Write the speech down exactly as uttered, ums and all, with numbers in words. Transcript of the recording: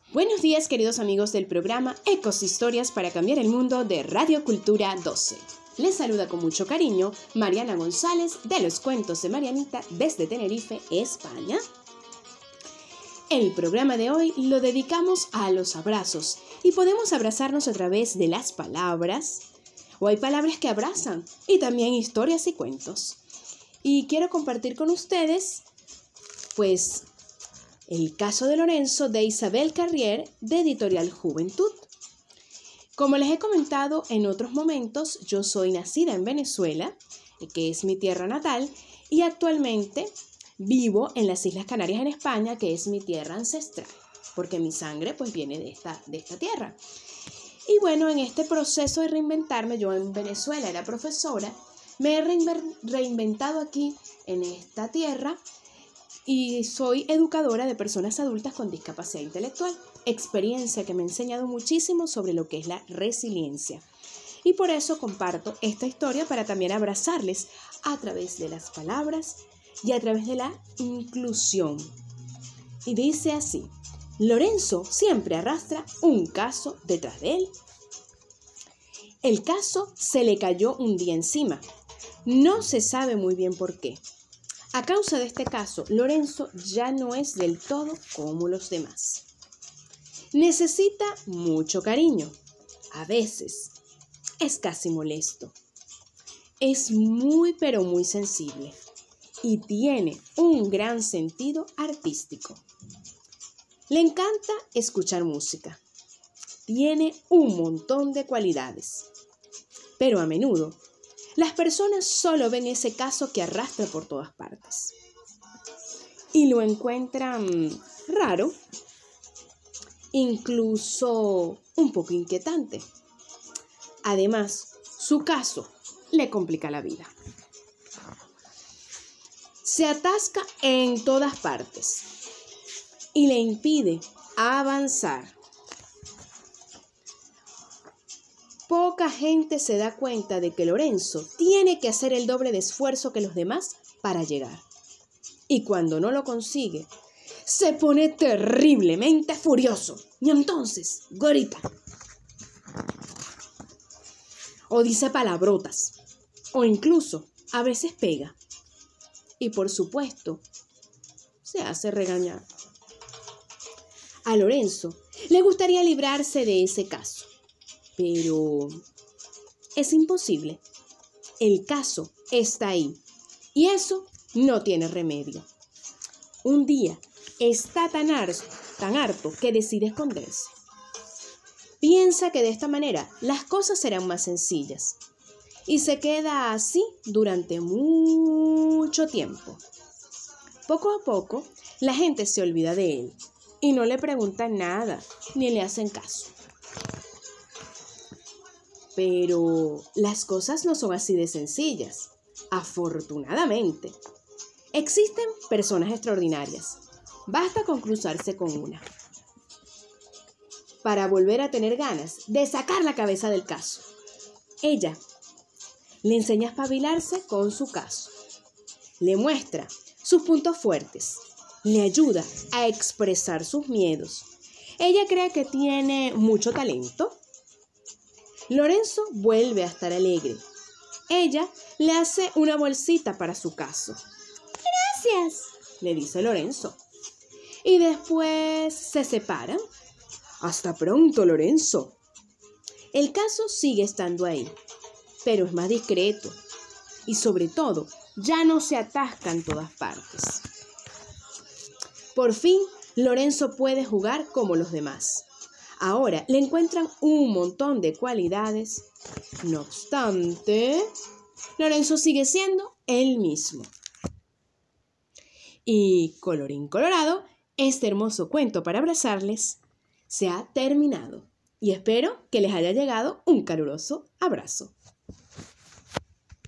Buenos días, queridos amigos del programa Ecoshistorias para cambiar el mundo de Radio Cultura doce. Les saluda con mucho cariño Mariana González de los Cuentos de Marianita desde Tenerife, España. El programa de hoy lo dedicamos a los abrazos y podemos abrazarnos a través de las palabras, o hay palabras que abrazan, y también historias y cuentos. Y quiero compartir con ustedes, pues, el caso de Lorenzo de Isabel Carrier de Editorial Juventud. Como les he comentado en otros momentos, yo soy nacida en Venezuela, que es mi tierra natal, y actualmente vivo en las Islas Canarias en España, que es mi tierra ancestral, porque mi sangre pues viene de esta, de esta tierra. Y bueno, en este proceso de reinventarme, yo en Venezuela era profesora, me he reinventado aquí en esta tierra y soy educadora de personas adultas con discapacidad intelectual, experiencia que me ha enseñado muchísimo sobre lo que es la resiliencia. Y por eso comparto esta historia para también abrazarles a través de las palabras y a través de la inclusión. Y dice así: Lorenzo siempre arrastra un caso detrás de él. El caso se le cayó un día encima. No se sabe muy bien por qué. A causa de este caso, Lorenzo ya no es del todo como los demás. Necesita mucho cariño. A veces es casi molesto. Es muy pero muy sensible y tiene un gran sentido artístico. Le encanta escuchar música. Tiene un montón de cualidades. Pero a menudo, las personas solo ven ese caso que arrastra por todas partes. Y lo encuentran raro, incluso un poco inquietante. Además, su caso le complica la vida. Se atasca en todas partes y le impide avanzar. Poca gente se da cuenta de que Lorenzo tiene que hacer el doble de esfuerzo que los demás para llegar. Y cuando no lo consigue, se pone terriblemente furioso. Y entonces grita. O dice palabrotas. O incluso a veces pega. Y por supuesto, se hace regañar. A Lorenzo le gustaría librarse de ese caso. Pero es imposible. El caso está ahí y eso no tiene remedio. Un día está tan harto, tan harto que decide esconderse. Piensa que de esta manera las cosas serán más sencillas y se queda así durante mucho tiempo. Poco a poco la gente se olvida de él y no le preguntan nada ni le hacen caso. Pero las cosas no son así de sencillas, afortunadamente. Existen personas extraordinarias. Basta con cruzarse con una para volver a tener ganas de sacar la cabeza del caso. Ella le enseña a espabilarse con su caso. Le muestra sus puntos fuertes. Le ayuda a expresar sus miedos. Ella cree que tiene mucho talento. Lorenzo vuelve a estar alegre. Ella le hace una bolsita para su caso. «Gracias», le dice Lorenzo. Y después se separan. «Hasta pronto, Lorenzo». El caso sigue estando ahí, pero es más discreto. Y sobre todo, ya no se atasca en todas partes. Por fin, Lorenzo puede jugar como los demás. Ahora le encuentran un montón de cualidades. No obstante, Lorenzo sigue siendo él mismo. Y colorín colorado, este hermoso cuento para abrazarles se ha terminado. Y espero que les haya llegado un caluroso abrazo.